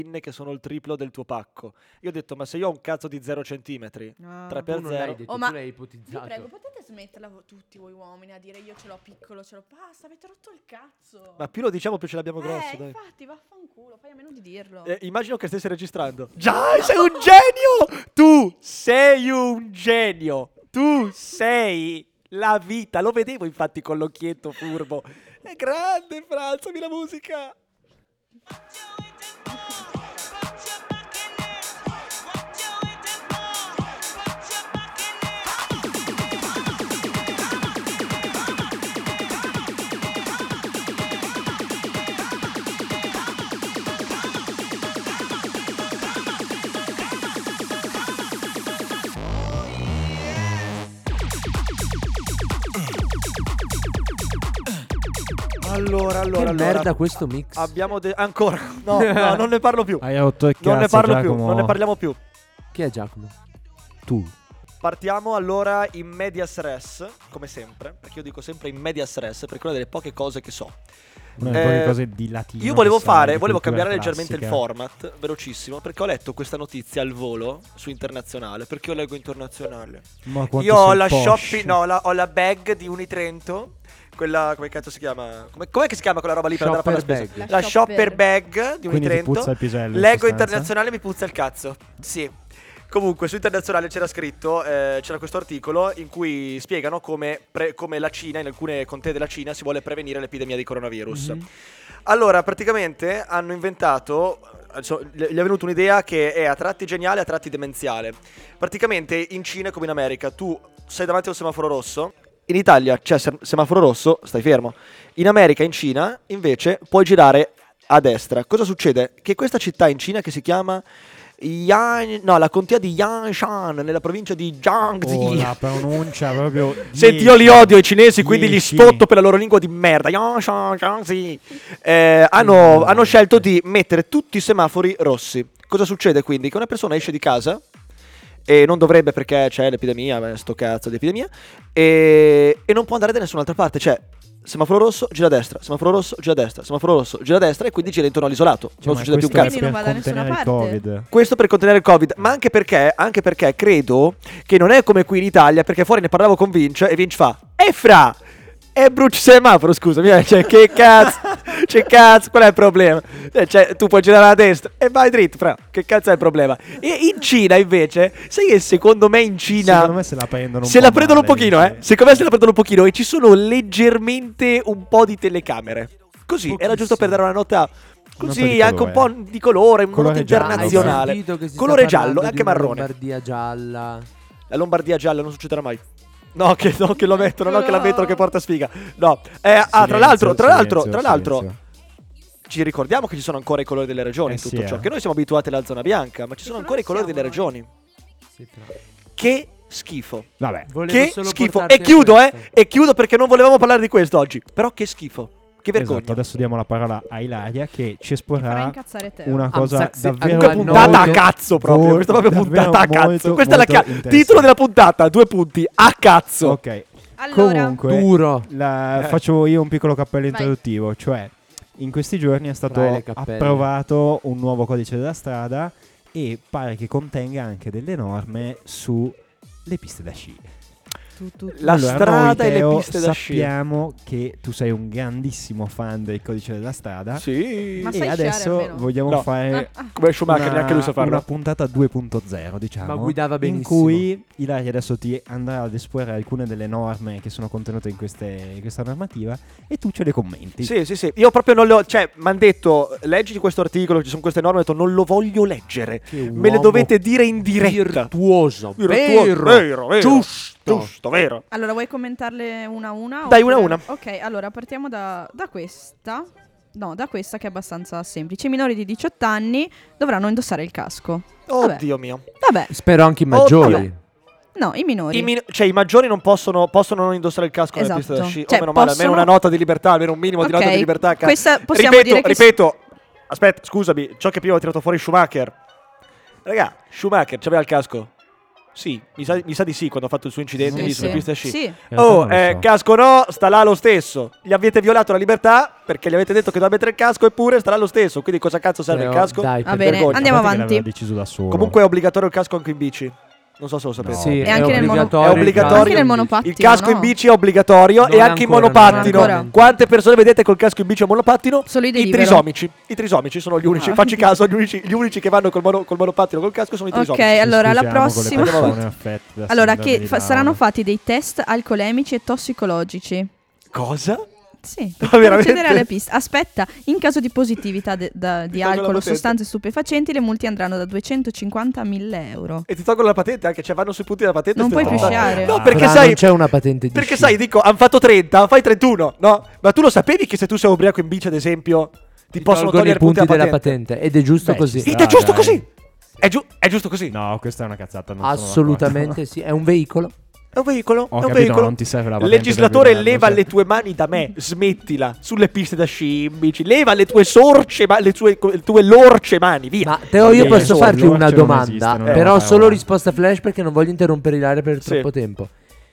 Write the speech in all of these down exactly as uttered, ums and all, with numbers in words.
che sono il triplo del tuo pacco. Io ho detto, ma se io ho un cazzo di zero centimetri, Ah. tre Tu per non l'hai zero. detto, Oh, tu ma l'hai Vi ipotizzato. prego, potete smetterla vo- tutti voi uomini a dire io ce l'ho piccolo, ce l'ho... Basta, avete rotto il cazzo. Ma più lo diciamo più ce l'abbiamo grosso, Eh, dai. infatti, vaffanculo, fai a meno di dirlo. Eh, immagino che stessi registrando. Già, sei un genio! Tu sei un genio! Tu sei la vita! Lo vedevo infatti con l'occhietto furbo. È grande, Franz, la musica! Allora, allora, Che allora. merda questo mix. Abbiamo de- ancora. No, no, non ne parlo più. Hai rotto il cazzo, Non ne parlo più, Giacomo. non ne parliamo più. Chi è Giacomo? Tu. Partiamo allora in medias res, come sempre, perché io dico sempre in medias res, perché è una delle poche cose che so. Una delle poche Eh, cose di latino. Io volevo che sai, fare, di volevo cultura cambiare leggermente il classica. format, velocissimo, perché ho letto questa notizia al volo su internazionale, perché io leggo internazionale. Ma quanto Io ho sei la posh. shopping, no, la- ho la bag di Unitrento, quella, come cazzo si chiama? Come, com'è che si chiama quella roba lì per andare a fare la Shopper spesa? bag. La La shopper shopper. bag di Quindi ti Unitrento. puzza il pisello, in Leggo sostanza? internazionale e mi puzza il cazzo. Sì. Comunque su internazionale c'era scritto, eh, c'era questo articolo in cui spiegano come, pre- come la Cina, in alcune contee della Cina, si vuole prevenire l'epidemia di coronavirus. Mhm. Allora, praticamente hanno inventato, adesso, gli è venuta un'idea che è a tratti geniale, a tratti demenziale. Praticamente in Cina è come in America, tu sei davanti a un semaforo rosso, in Italia c'è sem- semaforo rosso, stai fermo. In America, in Cina, invece, puoi girare a destra. Cosa succede? Che questa città in Cina che si chiama Yan, no, la contea di Yanshan, nella provincia di Jiangxi. Oh, la pronuncia proprio. Senti, io li odio i cinesi, quindi li dieci. sfotto per la loro lingua di merda. Yanshan, Jiangxi. Eh, hanno, hanno scelto di mettere tutti i semafori rossi. Cosa succede quindi? Che una persona esce di casa e non dovrebbe perché c'è l'epidemia, beh, sto cazzo di epidemia, e, e non può andare da nessun'altra parte. Cioè, semaforo rosso, gira a destra, semaforo rosso, gira a destra, semaforo rosso, gira a destra e quindi gira intorno all'isolato. Cioè, non ma succede più un questo cazzo. è Quindi non per va da nessuna contenere il parte. Covid. Questo per contenere il Covid, ma anche perché, anche perché credo che non è come qui in Italia, perché fuori ne parlavo con Vince e Vince fa: E fra! E bruci semaforo, scusami, eh, cioè che cazzo, che cazzo, qual è il problema? Eh, Cioè, tu puoi girare a destra e vai dritto, fra, che cazzo è il problema? E in Cina invece, sai che secondo me in Cina Secondo me se la prendono un se po' la prendono un male, pochino, dici. eh. Secondo me se la prendono un pochino e ci sono leggermente un po' di telecamere. Così, era giusto per dare una nota così, Nota di anche un po' colore. di colore, una Colore nota giallo, internazionale. Hai sentito che si Colore sta parlando giallo e di anche una marrone. Lombardia gialla. La Lombardia gialla non succederà mai. No, che, no, che lo mettono, no, che la Eccolo. mettono che porta sfiga. No. Eh, ah, tra Silenzio, l'altro, tra l'altro, silenzio, tra l'altro, silenzio. ci ricordiamo che ci sono ancora i colori delle regioni Eh in tutto sì, ciò. eh. Che noi siamo abituati alla zona bianca, ma ci sono Che ancora i colori colore delle siamo regioni. Sì, tra- Che schifo. Vabbè. Volevo Che solo schifo. portarti E a chiudo, eh. questo. E chiudo perché non volevamo parlare di questo oggi. Però che schifo. Che vergogna. Esatto, adesso diamo la parola a Ilaria che ci Ti farà esporrà incazzare te. una cosa Amsaxi- davvero Comunque puntata a molto- cazzo proprio. molto- Questa è proprio davvero puntata a cazzo. molto, Questa è la molto chia- interessante. titolo della puntata. Due punti. A cazzo. Ok. Allora, Comunque, Duro. la- Eh. faccio io un piccolo cappello Vai. introduttivo, cioè in questi giorni è stato Dai, le cappelle. approvato un nuovo codice della strada e pare che contenga anche delle norme sulle piste da sci. tu, tu, tu. La Allora, strada noi, e le Teo, piste da sci. sappiamo che tu sei un grandissimo fan del codice della strada Sì. Ma e sai sciare adesso almeno? vogliamo No. fare Ah, ah. Come Schumacher, una, neanche lui sa farlo. una puntata due punto zero, diciamo, Ma guidava in benissimo. cui Ilaria adesso ti andrà ad esporre alcune delle norme che sono contenute in, queste, in questa normativa e tu ce le commenti. Sì, sì, sì. Io proprio non le ho. Cioè, mi hanno detto, leggiti questo articolo, ci sono queste norme. Ho detto, non lo voglio leggere. Che Me le uomo dovete dire in diretta. virtuoso. Virtuoso, Vero. vero, vero. Giusto. Giusto, vero. Allora, vuoi commentarle una a una? Dai, una a oppure- una. Ok, allora partiamo da, da questa. No, da questa che è abbastanza semplice. I minori di diciotto anni dovranno indossare il casco. Vabbè. Oddio mio. Vabbè, Spero anche i Oh, maggiori. vabbè. no, i minori. I min- cioè, i maggiori non possono, possono non indossare il casco nella pista da Esatto. sci. Cioè, oh, meno male, almeno possono- una nota di libertà, almeno un minimo di Ok, nota di libertà. cazzo. questa possiamo ripeto, dire che ripeto. Aspetta, scusami, ciò che prima ho tirato fuori Schumacher. Raga, Schumacher c'aveva il casco. Sì, mi sa, mi sa di sì quando ha fatto il suo incidente Sì, lì sì. sulle piste sci. Sì. In realtà Oh, non lo eh, so. casco no, sta là lo stesso. Gli avete violato la libertà perché gli avete detto che doveva mettere il casco, eppure sta là lo stesso. Quindi cosa cazzo serve Però, il casco? dai, Va per bene, vergogna. andiamo A parte che avanti. l'aveva deciso da solo. Comunque è obbligatorio il casco anche in bici. Non so se lo sapete. No. Sì, E è anche nel mono- obbligatorio. È obbligatorio. Anche nel il monopattino. Il casco no? in bici è obbligatorio Non e anche ancora, in monopattino. non ancora. Quante persone vedete col casco in bici o monopattino? Solo i I delibero. trisomici. I trisomici sono gli unici. Ah. Facci caso, gli unici, gli unici che vanno col, mono- col monopattino col casco sono i Ok, trisomici. Ci allora la scusiamo con le prossima. persone affette da Allora, sindrome che di fa- Down. saranno fatti dei test alcolemici e tossicologici. Cosa? Sì, Ma per veramente? accedere alle piste. Aspetta, in caso di positività de- da- di Ti tolgo la alcol o patente. sostanze stupefacenti, le multe andranno da duecentocinquanta a mille euro. E ti tolgono la patente anche, cioè vanno sui punti della patente. Non ste puoi più stronzate. sciare. No, Ah. perché Fra, sai, non c'è una patente di perché sci. sai, dico, hanno fatto trenta, fai trentuno, no? Ma tu lo sapevi che se tu sei ubriaco in bici, ad esempio, ti, Ti possono tolgono togliere i punti alla della patente? patente. Ed è giusto Beh, così. ci Ed sta. è giusto dai. così. È, giu- è giusto così. No, questa è una cazzata. Non sono Assolutamente sì. È un veicolo. È un veicolo. Ho è un capito, veicolo. non ti serve la Il patente legislatore per guidarlo, leva cioè. le tue mani da me. Smettila. Sulle piste da sci, in bici. Leva le tue sorce, ma- le, tue, le tue lorce mani. Via. Ma Teo, io Vabbè, posso insomma, farti l'orce una non domanda, esiste, non è però una solo parola. risposta flash perché non voglio interrompere l'aria per Sì. troppo tempo.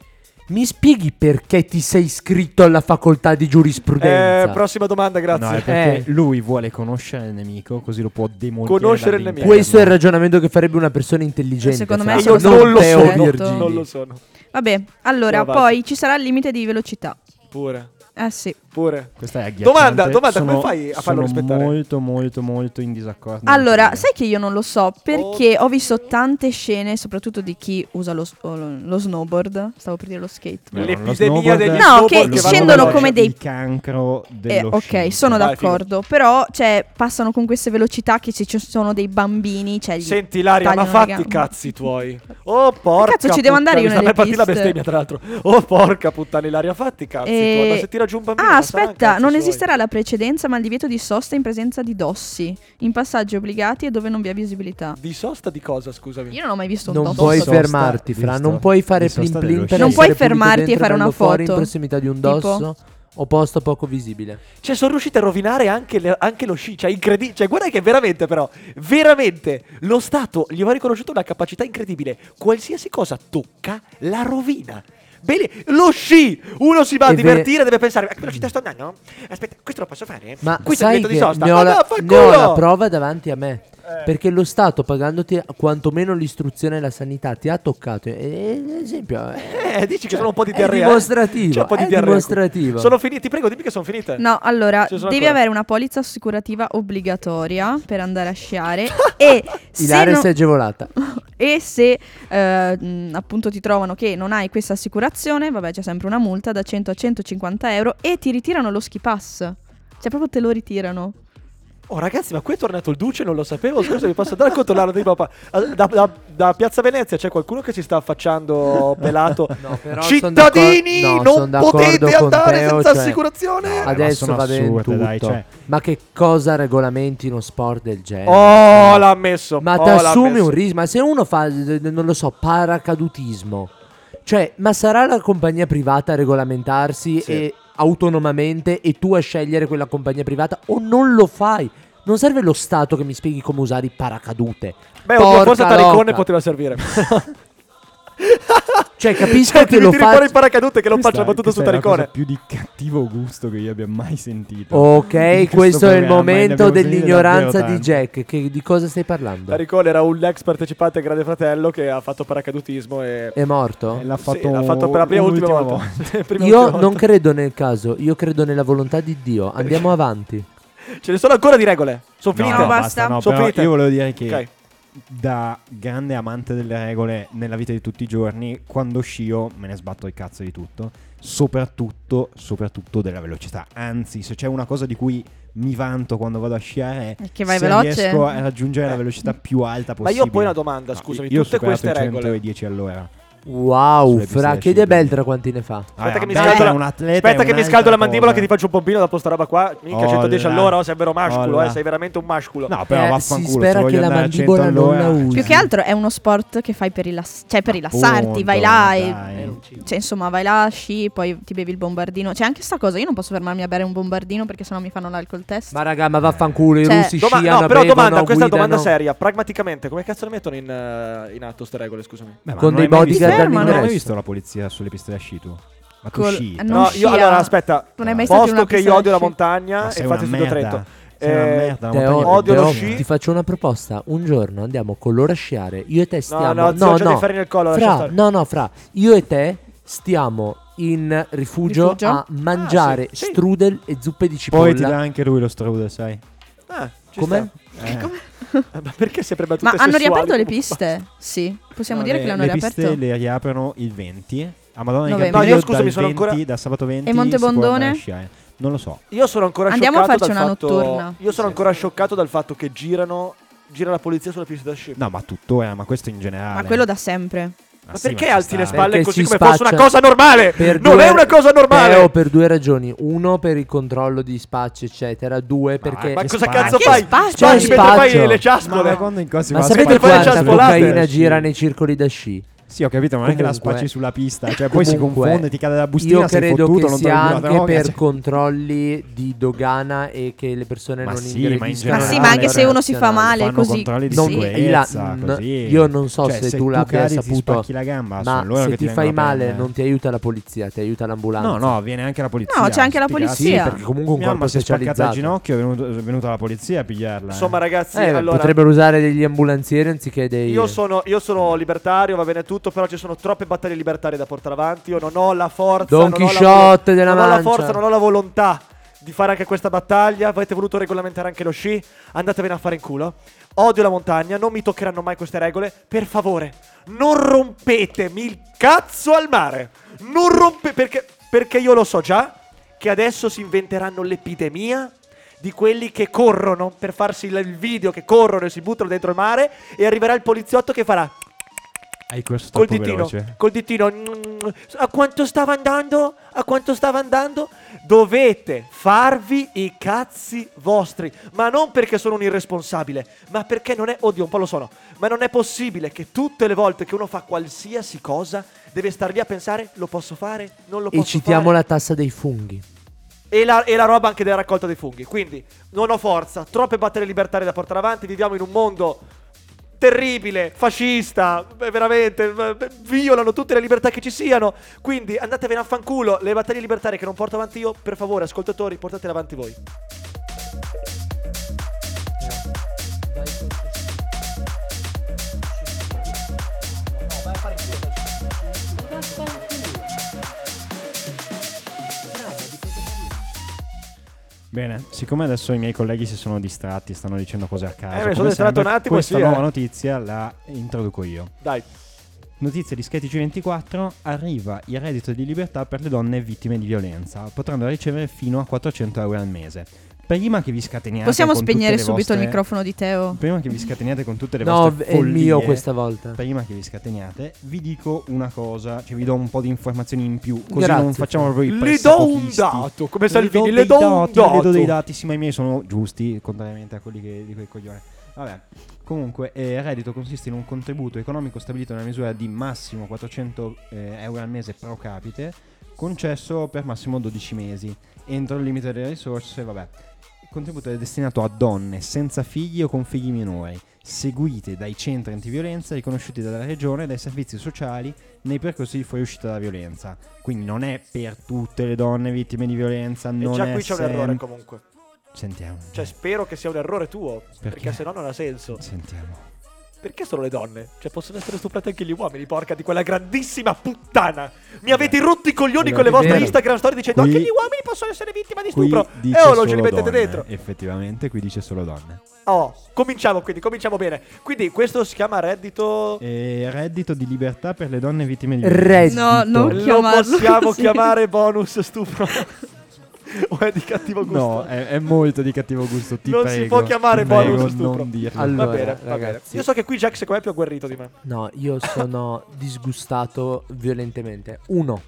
Mi spieghi perché ti sei iscritto alla facoltà di giurisprudenza? Eh, prossima domanda, grazie. No, è perché Eh. lui vuole conoscere il nemico, così lo può demolire. Conoscere il dall'interno. nemico. Questo è il ragionamento che farebbe una persona intelligente. Secondo Fra. me E io sono non lo Teo sono. Virgili. Non lo sono. Vabbè, allora, Andiamo avanti. poi ci sarà il limite di velocità. Pure. Eh sì. Pure. Questa è agghiacciante. Domanda, domanda, come Sono- fai a farlo sono rispettare? molto, molto, molto in disaccordo. Allora, anche io. sai che io non lo so perché ho visto tante scene, soprattutto di chi usa lo, lo- lo snowboard. Stavo per dire lo skate. Beh, L'epidemia lo degli snowboard- No, snowboard che vanno scendono veloci. come dei- il cancro Eh, dello ok, sci. sono Vai, d'accordo. Però, cioè, passano con queste velocità che se ci sono dei bambini, cioè, gli Senti Ilaria, ma tagliano le fatti i gambe. cazzi tuoi. Oh porca cazzo, ci devo andare io puttana, mi nelle sta per partire la piste. bestemmia tra l'altro. Oh porca puttana Ilaria, fatti i cazzi E- tuoi. Ma se tira giù un bambino Ah, ma saranno aspetta, cazzi non suoi. esisterà la precedenza, ma il divieto di sosta in presenza di dossi, in passaggi obbligati e dove non vi è visibilità. Di sosta di cosa, scusami? Io non ho mai visto un Non dosso. puoi sosta, fermarti, Fra. visto? Non puoi fare Di sosta plin plin dello per sci. Non puoi essere pulito fermarti e dentro fare una bello fuori foto. in prossimità di un Tipo? dosso o posto poco visibile. Cioè sono riusciti a rovinare anche, le- anche lo sci. Cioè incredibile. Cioè guarda che veramente però, veramente, lo Stato gli va riconosciuto una capacità incredibile. Qualsiasi cosa tocca, la rovina. Bene, lo sci! Uno si va a È ve- divertire, deve pensare, a che velocità sto andando? Aspetta, questo lo posso fare? Ma questo è il sai divieto che di sosta. ne ho, Ma la, vaffanculo! ne ho la prova davanti a me. Eh. Perché lo Stato, pagandoti quantomeno l'istruzione e la sanità, ti ha toccato. E, ad esempio, eh, Eh, dici che sono un po' di è diarrea. eh? dimostrativo, C'è un po' di è diarrea. dimostrativo. Sono finiti, ti prego, dimmi che sono finite. No, allora, Ci sono devi ancora. avere una polizza assicurativa obbligatoria per andare a sciare e se, Ilaria non- si è agevolata. e se eh, mh, appunto ti trovano che non hai questa assicurazione, vabbè, c'è sempre una multa da cento a centocinquanta euro e ti ritirano lo ski pass. Cioè proprio te lo ritirano. Oh ragazzi, ma qui è tornato il Duce, non lo sapevo. Scusa, mi posso andare a controllare di papà. Da, da- da Piazza Venezia c'è qualcuno che si sta affacciando pelato. No, però Cittadini, son d'accordo- no, non son d'accordo potete con andare Teo, senza cioè, assicurazione. ma Adesso sono va bene assurde, tutto. dai, cioè. Ma che cosa regolamenti uno sport del genere? Oh, l'ha ammesso. Ma oh, ti l'ha assumi ammesso. un rischio. Ma se uno fa, eh, non lo so, paracadutismo, cioè, ma sarà la compagnia privata a regolamentarsi Sì. e autonomamente e tu a scegliere quella compagnia privata o non lo fai? Non serve lo Stato che mi spieghi come usare i paracadute. Beh, oddio, Porca forse Taricone loca. poteva servire. Cioè, capisco Cioè, che ti lo tiri fuori il faccia. paracadute che non Questa- faccia la battuta su questa è la cosa Taricone. più di cattivo gusto che io abbia mai sentito. Ok, In questo è il programma, e ne momento abbiamo sentite dell'ignoranza davvero di tante. Jack. Che, di cosa stai parlando? Taricone era un ex partecipante a Grande Fratello che ha fatto paracadutismo e... È morto? E l'ha Sì, fatto, l'ha fatto per la prima e ultima ultima volta. Prima e Io ultima non volta. credo nel caso, io credo nella volontà di Dio. Andiamo avanti. Ce ne sono ancora di regole. Sono No, finite. no, basta, basta. no, Sono però finite. io volevo dire che Ok. da grande amante delle regole nella vita di tutti i giorni, quando scio me ne sbatto il cazzo di tutto, soprattutto, soprattutto della velocità. Anzi, se c'è una cosa di cui mi vanto quando vado a sciare, E che vai se veloce? riesco a raggiungere Eh. la velocità più alta Ma possibile. io ho poi una domanda, No, scusami, io ho tutte superato queste i regole. centodieci all'ora. Wow, Sulle piste fra da che sci, De quindi. Beltra quanti ne fa? Aspetta che mi Vabbè, scaldo è la- un atleta, Aspetta è che mi un'altra scaldo la mandibola cosa. che ti faccio un pompino dopo sta roba qua. Minchia, Oh centodieci là. all'ora, sei vero masculo, Oh eh, là. sei veramente un masculo. No, però Eh, vaffanculo. si spera se voglio che la andare a cento mandibola non la all'ora, usi. Più che altro è uno sport che fai per, rilass- cioè per rilassarti, Appunto, vai là e dai. cioè insomma vai là, sci, poi ti bevi il bombardino. C'è anche sta cosa, io non posso fermarmi a bere un bombardino perché sennò mi fanno l'alcol test. Ma raga, ma vaffanculo, i Cioè- russi Doma- sciano, no, però bevono, domanda, questa è una domanda guidano. seria. Pragmaticamente, come cazzo le mettono in, eh, in atto ste regole, scusami? Beh, ma Con non dei hai mai bodyguard visto- all'ingresso. Non hai mai visto la polizia sulle piste da sci tu? Ma tu Col- sci? eh, non No, io scia. allora aspetta. Non hai mai stato in Posto una che pista io da odio la sci? montagna, Ma sei infatti una studio a merda. Trento. Sei una Eh, merda, la Teo, montagna- odio lo Teo, sci. ti faccio una proposta. Un giorno andiamo con loro a sciare. Io e te stiamo. no, zio, ho già dei ferri nel collo, lascia Fra, stare. no, no, fra. Io e te stiamo in rifugio, Rifugio? a mangiare Ah, sì, sì. strudel e zuppe di cipolla. Poi ti dà anche lui lo strudel, sai? Ah, ci Come? sta. Eh. Eh, Ma perché sempre battute Ma hanno sessuali? riaperto le piste? Sì, possiamo No, dire le, che l'hanno le riaperto. piste le riaprono il venti. A Madonna di Novembre. Campiglio No, io scusami, dal sono venti, ancora- da sabato venti E Montebondone? si può andare a sciare. Non lo so. Io sono ancora Andiamo a scioccato farci dal una fatto- notturna. Io sono ancora scioccato dal fatto che girano gira la polizia sulla pista da sci. No, ma tuttora, ma questo in generale. Ma quello da sempre. Ma Ma sì, perché ci alzi sta. le spalle Perché così si come fosse una spaccia. cosa normale? Per Non due- è una cosa normale. Teo, per due ragioni. Uno, per il controllo di spacci, eccetera. Due, perché. Ma che cosa spaccio. cazzo Che fai? spaccio? Spacci Che mentre fai spaccio? le Ma ciaspole. quando in cosa si Ma fa? sapete per fare le quanta ciaspolate? cocaina Sì. gira nei circoli da sci? Sì, ho capito, ma non è che la Comunque- spacci sulla pista. Cioè, poi si Comunque, confonde, ti cade la bustina, io sei credo fottuto, che non sia trovi più la anche droga, per cioè. controlli di dogana e che le persone Ma non sì, ma in ingrediscano. Ma generale, sì, ma anche se uno si fa nazionale. male fanno così. controlli di Non- sì. sicurezza, il- così. io non so Cioè, se se tu tu l'abbia cadi, ti saputo, spacchi la gamba, sono ma loro se che ti ti fai vengono a male prendere. non ti aiuta la polizia, ti aiuta l'ambulanza. No, no, viene anche la polizia. No, c'è anche la sti cazzi. polizia. Sì, perché comunque un Mia mamma corpo si è spaccata al specializzato. ginocchio, è, venuto- è venuta la polizia a pigliarla. eh. Insomma, ragazzi, Eh, allora potrebbero usare degli ambulanzieri anziché dei. io sono, io sono libertario, va bene tutto, però ci sono troppe battaglie libertarie da portare avanti. Io non ho la forza, Don non ho la Chisciotte volo- della non ho la Mancia. forza, non ho la volontà di fare anche questa battaglia. Avete voluto regolamentare anche lo sci? Andatevene a fare in culo. Odio la montagna, non mi toccheranno mai queste regole. Per favore, non rompetemi il cazzo al mare. Non rompe perché perché io lo so già che adesso si inventeranno l'epidemia di quelli che corrono per farsi il il video che corrono e si buttano dentro il mare e arriverà il poliziotto che farà Hai questo col troppo ditino, veloce. col ditino. mm, A quanto stava andando? A quanto stava andando? Dovete farvi i cazzi vostri. Ma non perché sono un irresponsabile, ma perché non è, oddio, un po' lo sono, ma non è possibile che tutte le volte che uno fa qualsiasi cosa deve star lì a pensare: lo posso fare? Non lo E posso citiamo fare? la tassa dei funghi. E la, e la roba anche della raccolta dei funghi. Quindi non ho forza, troppe battaglie libertarie da portare avanti. Viviamo in un mondo terribile, fascista, beh, veramente, beh, violano tutte le libertà che ci siano. Quindi andatevene a fanculo. Le battaglie libertarie che non porto avanti io, per favore, ascoltatori, portatele avanti voi. Bene, siccome adesso i miei colleghi si sono distratti, stanno dicendo cose a caso. Eh, mi sono come distratto sempre, un attimo, Questa sì, nuova eh. notizia la introduco io. Dai. Notizia di Sketch ventiquattro: arriva il reddito di libertà per le donne vittime di violenza, potranno ricevere fino a quattrocento euro al mese. Prima che vi scateniate Possiamo con spegnere tutte le subito il vostre- microfono di Teo? Prima che vi scateniate con tutte le No, vostre è il follie, mio questa volta. prima che vi scateniate, vi dico una cosa, cioè vi do un po' di informazioni in più, così Grazie. non facciamo proprio i Le do un pressapochisti. dato, come Le do Salvini, dei le do un dati, le do dato. dei dati, sì, ma i miei sono giusti, contrariamente a quelli che, di quei coglioni. Vabbè, comunque, eh, il reddito consiste in un contributo economico stabilito nella misura di massimo quattrocento eh, euro al mese pro capite, concesso per massimo dodici mesi, entro il limite delle risorse, vabbè. Il contributo è destinato a donne senza figli o con figli minori, seguite dai centri antiviolenza riconosciuti dalla regione e dai servizi sociali nei percorsi di fuoriuscita dalla violenza. Quindi non è per tutte le donne vittime di violenza, E non già è qui c'è un sem- errore comunque. Sentiamo. Cioè spero che sia un errore tuo, perché, Perché? se no non ha senso. Sentiamo. Perché solo le donne? Cioè possono essere stuprate anche gli uomini, porca di quella grandissima puttana. Mi avete rotto i coglioni Allora, con le è vostre vero. Instagram story dicendo Qui- anche gli uomini possono essere vittima di Qui stupro. dice E oh, non ce solo li mettete donne, dentro. effettivamente, qui dice solo donne. Oh, cominciamo quindi, cominciamo bene. Quindi questo si chiama reddito... E reddito di libertà per le donne vittime di violenza. Reddito. No, non Lo chiamarlo possiamo così. chiamare bonus stupro. o è di cattivo gusto? No, è, è molto di cattivo gusto. Ti Non prego, si può chiamare ti prego, bonus stupro. non dirlo. Allora, va bene, va bene. ragazzi. Io so che qui Jack secondo me è più agguerrito di me. No, io sono disgustato violentemente. Uno.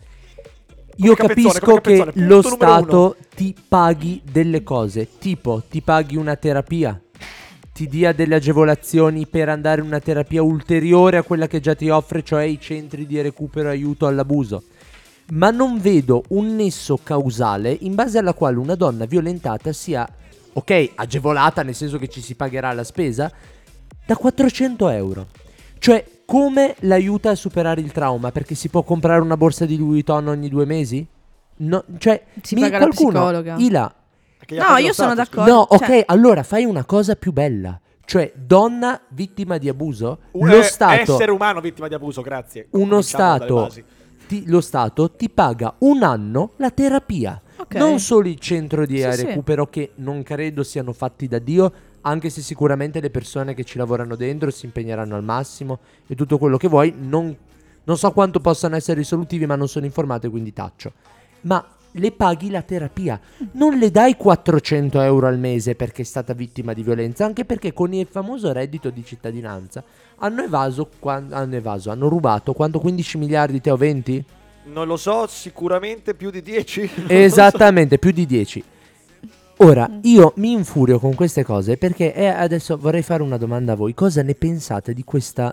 Io Capezzone, capisco come che Capezzone, lo punto numero Stato ti paghi delle cose, tipo ti paghi una terapia, ti dia delle agevolazioni per andare in una terapia ulteriore a quella che già ti offre, cioè i centri di recupero e aiuto all'abuso. Ma non vedo un nesso causale in base alla quale una donna violentata sia, ok, agevolata nel senso che ci si pagherà la spesa, da quattrocento euro. Cioè, come l'aiuta a superare il trauma? Perché si può comprare una borsa di Louis Vuitton ogni due mesi? No, cioè, Si mi, paga la qualcuno, psicologa. Ila, Perché gli ha No, pagato io lo sono Stato, d'accordo. no, ok, Cioè- allora fai una cosa più bella. Cioè, donna vittima di abuso, scusa. lo Eh, Stato, essere umano vittima di abuso, grazie. uno Cominciamo dalle Stato, basi. ti- lo Stato ti paga un anno la terapia. Ok. Non solo il centro di Sì, sì. recupero, che non credo siano fatti da Dio, anche se sicuramente le persone che ci lavorano dentro si impegneranno al massimo e tutto quello che vuoi. Non, non so quanto possano essere risolutivi, ma non sono informato, quindi taccio. Ma le paghi la terapia, non le dai quattrocento euro al mese perché è stata vittima di violenza, anche perché con il famoso reddito di cittadinanza hanno evaso, quan- hanno evaso, hanno rubato quanto, quindici miliardi, te o venti? Non lo so, sicuramente più di dieci. Non lo so. Esattamente, più di dieci. Ora, io mi infurio con queste cose perché eh, adesso vorrei fare una domanda a voi. Cosa ne pensate di questa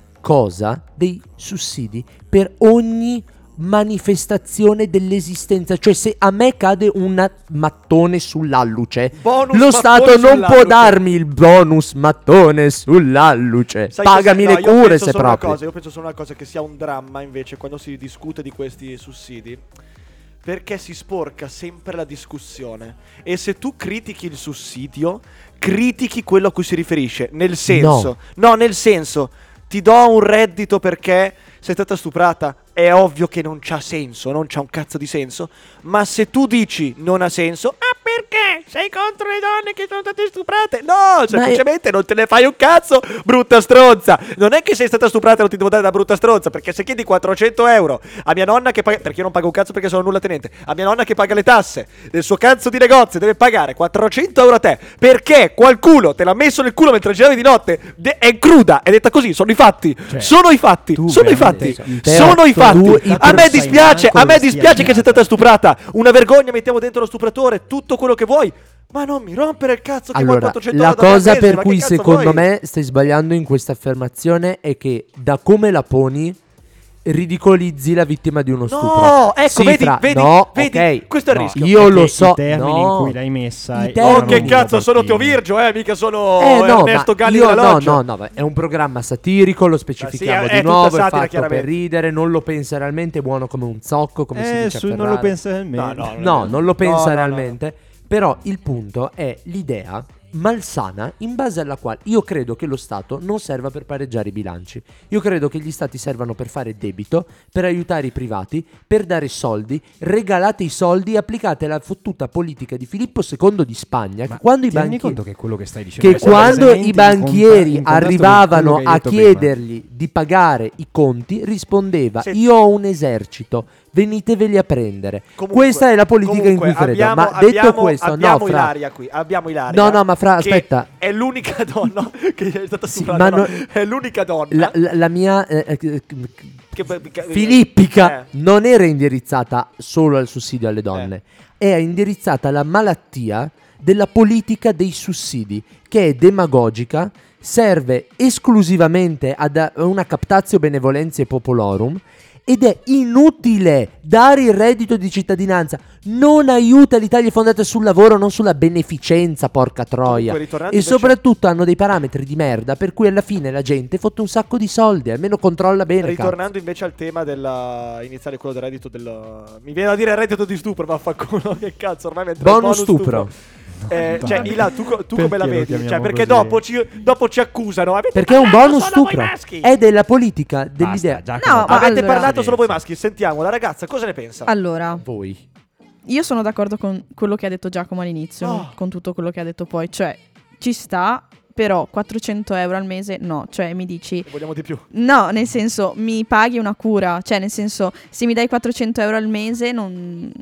cosa dei sussidi per ogni manifestazione dell'esistenza? Cioè, se a me cade un mattone sull'alluce, Bonus lo mattone Stato non può sull'alluce. darmi il bonus mattone sull'alluce. Sai Pagami cos'è? le No, io cure penso se solo una proprio. cosa, io penso solo una cosa, che sia un dramma invece quando si discute di questi sussidi, perché si sporca sempre la discussione. E se tu critichi il sussidio, critichi quello a cui si riferisce. Nel senso, no, nel senso, ti do un reddito perché sei stata stuprata. È ovvio che non c'ha senso, non c'ha un cazzo di senso. Ma se tu dici non ha senso, ah, perché? Sei contro le donne che sono state stuprate? No, semplicemente non te ne fai un cazzo, brutta stronza. Non è che sei stata stuprata e non ti devo dare da brutta stronza, perché se chiedi quattrocento euro a mia nonna che paga, perché io non pago un cazzo perché sono nulla tenente, a mia nonna che paga le tasse del suo cazzo di negozio deve pagare quattrocento euro a te, perché qualcuno te l'ha messo nel culo mentre giravi di notte, de- è cruda, è detta così, sono i fatti, Cioè, sono i fatti, tu sono i veramente- fatti, Però sono i tu- fatti. tu- A me sai dispiace, manco a me dove sia dispiace che sei girata. stata stuprata, una vergogna, mettiamo dentro lo stupratore, tutto quello che vuoi. Ma non mi rompere il cazzo che vuoi Allora, quattrocento la euro da te al cosa mese, per ma cui che cazzo secondo vuoi? me stai sbagliando in questa affermazione è che da come la poni ridicolizzi la vittima di uno stupro. No, ecco, Sì, vedi, fra- vedi, no, vedi, ok, questo è il no, rischio. Io lo Perché so. i termini no. in cui l'hai messa I erano termini- Oh, che non cazzo, sono Teo opportuni. Virgio, eh, mica sono Eh, no, Ernesto ma Galli io, della no, Loggia. no, no, ma è un programma satirico, lo specifichiamo Ma sì, è- di è tutta nuovo, è satira, fatto per chiaramente. ridere, non lo pensa realmente, è buono come un zocco, come si Eh, dice a su, non Ferrara. lo pensa realmente. No, no, No, non lo pensa No, no, no, realmente. Però il punto è l'idea malsana in base alla quale io credo che lo Stato non serva per pareggiare i bilanci. Io credo che gli stati servano per fare debito, per aiutare i privati, per dare soldi. Regalate i soldi, applicate la fottuta politica di Filippo secondo di Spagna, che Ma quando i ti rendi banchieri conto che quello che stai dicendo che è quando palesemente i in banchieri contra- in contrasto con arrivavano quello che hai a detto prima. chiedergli di pagare i conti, rispondeva: Sì. io ho un esercito, veniteveli a prendere. Comunque- Questa è la politica comunque, in cui credo. abbiamo- Ma detto abbiamo- questo, abbiamo no, fra Ilaria qui, abbiamo Ilaria. No, no, ma fra- che aspetta. È l'unica donna che è stata Sì, stuprata. ma no, non- È l'unica donna. la, la- la mia eh, eh, che, che- filippica eh. non era indirizzata solo al sussidio alle donne, è indirizzata alla malattia della politica dei sussidi, che è demagogica, serve esclusivamente ad a una captatio benevolenziae popolorum ed è inutile dare il reddito di cittadinanza. Non aiuta l'Italia, è fondata sul lavoro, non sulla beneficenza, porca troia. Comunque, ritornando E invece- soprattutto hanno dei parametri di merda per cui alla fine la gente fotte un sacco di soldi, almeno controlla bene. Ritornando invece al tema della iniziale, quello del reddito del. Mi viene a dire reddito di stupro, vaffanculo. Che cazzo, ormai mentre Bonus stupro. Eh, cioè, Ila, tu, co- tu come Perché la lo vedi? chiamiamo Cioè, perché così? dopo ci, dopo ci accusano. Avete Perché è un parlato bonus solo voi stupro. maschi. È della politica, dell'idea. Basta, No, Giacomo, ma Avete allora- parlato solo voi maschi. Sentiamo, la ragazza cosa ne pensa? Allora, Voi. io sono d'accordo con quello che ha detto Giacomo all'inizio, Oh. non con tutto quello che ha detto poi. Cioè, ci sta, però quattrocento euro al mese no. Cioè, mi dici... Ne vogliamo di più. No, nel senso, mi paghi una cura. Cioè, nel senso, se mi dai quattrocento euro al mese, non...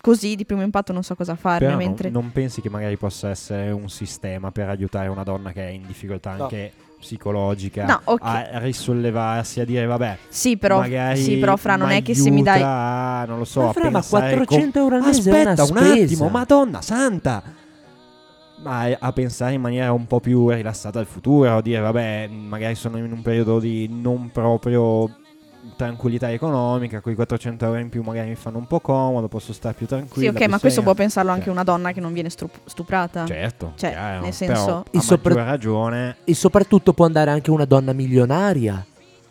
così di primo impatto non so cosa farne. Però mentre non, non pensi che magari possa essere un sistema per aiutare una donna che è in difficoltà No. anche psicologica No, ok. a risollevarsi, a dire vabbè, sì, però, magari sì, però Fra, non è che se mi dai m'aiuta a, non lo so, Ma a Fra, ma pensare quattrocento euro al com- mese è una aspetta un spesa. attimo, Madonna santa, ma a pensare in maniera un po' più rilassata al futuro, dire vabbè, magari sono in un periodo di non proprio tranquillità economica, quei quattrocento euro in più magari mi fanno un po' comodo, posso stare più sì, tranquillo. ok, ma questo può pensarlo anche una donna che non viene stru- stuprata. Certo, Cioè, chiaro, nel però senso- a E sopra- maggior ragione E soprattutto può andare anche una donna milionaria.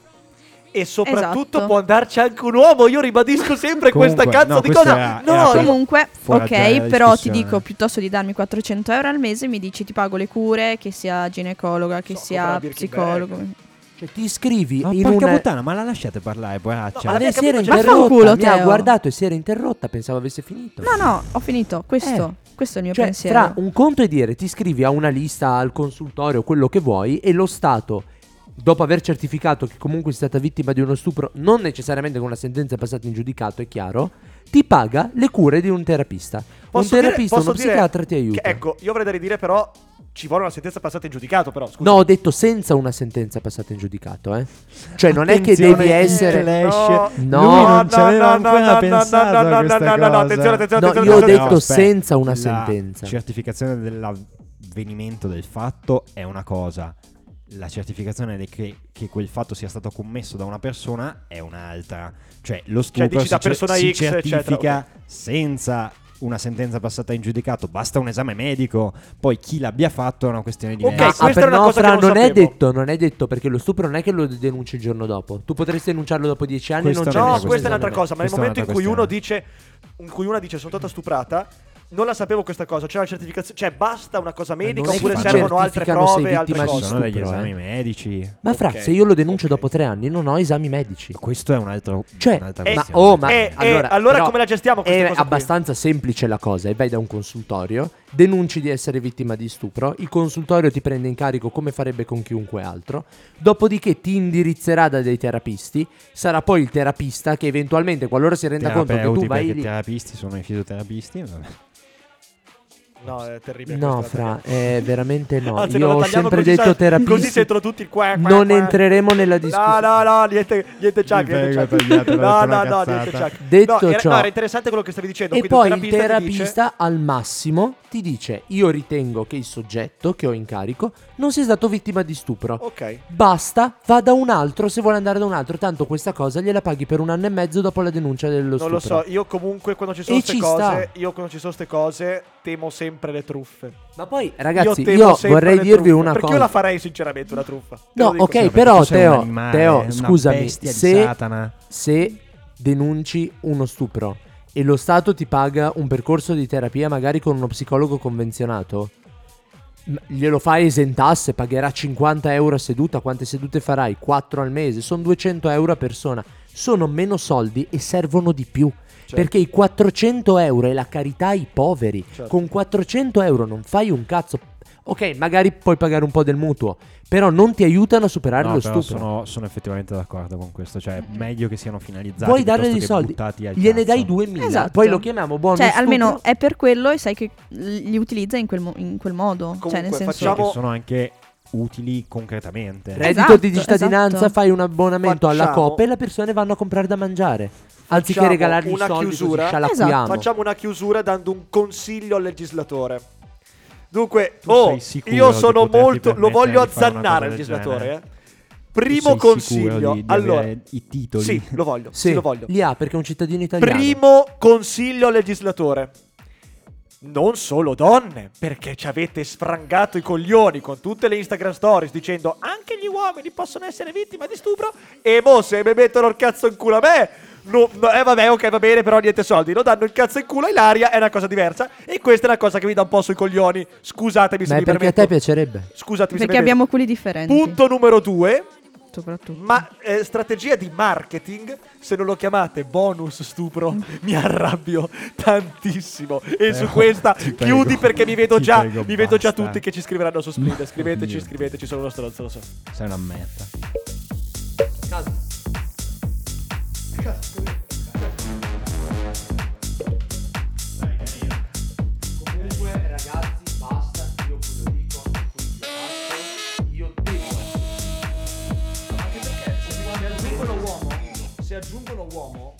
E soprattutto Esatto. può andarci anche un uomo. Io ribadisco sempre Comunque, questa cazzo no, di questo cosa. era- no, era per- Comunque, foraggiare ok, la però ti discussione. dico, piuttosto di darmi quattrocento euro al mese, mi dici ti pago le cure, che sia ginecologa, che So, compra sia la Birkin psicologo. bag. Cioè ti iscrivi ma in porca una... puttana, ma la lasciate parlare, poraccia. No, ma Vabbè, si era capito, ma interrotta, fanculo, mi ha Teo. guardato e si era interrotta, pensavo avesse finito. No, no, ho finito. Questo, Eh. questo è il mio Cioè, pensiero. Fra, un conto è dire ti iscrivi a una lista, al consultorio, quello che vuoi, e lo Stato, dopo aver certificato che comunque sei stata vittima di uno stupro, non necessariamente con una sentenza passata in giudicato, è chiaro, ti paga le cure di un terapista. Posso un dire- terapista, posso uno dire psichiatra ti aiuta. che, ecco, io avrei da ridire, però ci vuole una sentenza passata in giudicato, però. Scusa. No, ho detto senza una sentenza passata in giudicato, eh. Cioè, non è che Attenzione, devi essere... Flash. No. No. Lui non ci aveva ancora pensato no, a no, questa no, no, no, cosa. attenzione, attenzione, No, attenzione, io ho attenzione. detto aspetta, senza una la sentenza. certificazione dell'avvenimento del fatto è una cosa, la certificazione di che, che quel fatto sia stato commesso da una persona è un'altra. Cioè lo stupro dici da si, cer- persona si X, eccetera, certifica ok. senza una sentenza passata in giudicato, basta un esame medico, poi chi l'abbia fatto è una questione di Ok, merito. questa per è una no, cosa Fra, che non non è sapevo. detto, non è detto, perché lo stupro non è che lo denunci il giorno dopo. Tu potresti denunciarlo dopo dieci anni Questo e non non c'è è No, nessun questa è esame. un'altra cosa. Ma nel Questa è momento in cui un'altra uno dice, in cui una dice sono stata stuprata, non la sapevo questa cosa. C'è la certificazione, cioè basta una cosa medica non è oppure che servono altre certificano sei prove, altre vittima di cose. Sono degli stupro, esami eh. medici. Ma Fra, Ok, se io lo denuncio ok. dopo tre anni non ho esami medici. Questo è un altro Cioè, un'altra eh, ma, questione. oh, ma Eh, eh, allora, allora però come la gestiamo questa è cosa qui? abbastanza semplice la cosa. E vai da un consultorio, denunci di essere vittima di stupro, il consultorio ti prende in carico come farebbe con chiunque altro, dopodiché ti indirizzerà da dei terapisti, sarà poi il terapista che eventualmente, qualora si renda conto che tu Terapeuti, vai perché lì... i terapisti sono i fisioterapisti. Vabbè. No, è terribile. No, questa Fra, taglia. eh, veramente no. Anzi, Io non la ho tagliamo sempre così, detto sai, terapisti. Così sentono tutti il qua, qua, Non qua. entreremo nella No, discussione. no, no, niente, niente Chuck, Vi niente prego, Chuck. tagliatelo, No, ho detto no, una no, cazzata. niente Chuck. Detto no, era, ciò- no, era interessante quello che stavi dicendo. E quindi poi un il terapista ti terapista dice, al massimo ti dice: io ritengo che il soggetto che ho in carico non sia stato vittima di stupro. ok. Basta, va da un altro se vuole andare da un altro. Tanto questa cosa gliela paghi per un anno e mezzo dopo la denuncia dello Non stupro. lo so, io comunque quando ci sono E queste ci cose, sta. io quando ci sono queste cose temo sempre le truffe. Ma poi, ragazzi, io, temo io sempre vorrei le dirvi truffe, una perché cosa. io la farei sinceramente una truffa. Te No, lo dico ok, sempre. però tu sei un Teo, animale, Teo, una scusami, bestia di se, Satana. se denunci uno stupro e lo Stato ti paga un percorso di terapia magari con uno psicologo convenzionato, m- glielo fai esentasse, pagherà cinquanta euro a seduta. Quante sedute farai? quattro al mese, sono duecento euro a persona. Sono meno soldi e servono di più. Certo. Perché i quattrocento euro è la carità ai poveri. Certo. Con quattrocento euro non fai un cazzo. Ok, magari puoi pagare un po' del mutuo, però non ti aiutano a superare No, lo però stupro. sono, sono effettivamente d'accordo con questo. Cioè, meglio che siano finalizzati. Vuoi darle piuttosto dei che soldi, buttati al gliene cazzo. dai duemila, Esatto. poi lo chiamiamo buono Cioè, stupro. almeno è per quello e sai che li utilizza in quel, mo- in quel modo. Comunque, cioè, nel senso. Sì, facciamo- che sono anche utili concretamente. Reddito Esatto, di cittadinanza, esatto. fai un abbonamento alla Facciamo- Coop e le persone vanno a comprare da mangiare. Anziché Facciamo regalargli i una soldi chiusura. così scialacquiamo. Facciamo una chiusura dando un consiglio al legislatore. Dunque, Tu oh, sei sicuro io di sono poterti molto. Lo permettere voglio di fare una azzannare cosa il del legislatore. genere? Eh. Tu Primo sei sicuro consiglio. di, di allora, avere i titoli. sì, lo voglio. Sì, Sì, lo voglio. li ha perché è un cittadino italiano. Primo consiglio al legislatore. Non solo donne, perché ci avete sfrangato i coglioni con tutte le Instagram stories dicendo anche gli uomini possono essere vittime di stupro. E mo se mi mettono il cazzo in culo a me, no, no, eh vabbè, ok, va bene, però niente soldi. Lo danno il cazzo in culo a Ilaria, è una cosa diversa. E questa è una cosa che mi dà un po' sui coglioni. Scusatemi se Ma è mi perché a permetto. te piacerebbe. Scusatemi se Perché mi permetto. abbiamo culi differenti. Punto numero due. Soprattutto. Ma eh, strategia di marketing, se non lo chiamate bonus stupro, mi arrabbio tantissimo. E su Però, questa ti prego, chiudi perché mi vedo ti già, prego, mi vedo già basta. tutti che ci scriveranno su Splendid. Scriveteci, Dio. scriveteci, sono uno stronzo, lo so. Sei una merda. se aggiungono uomo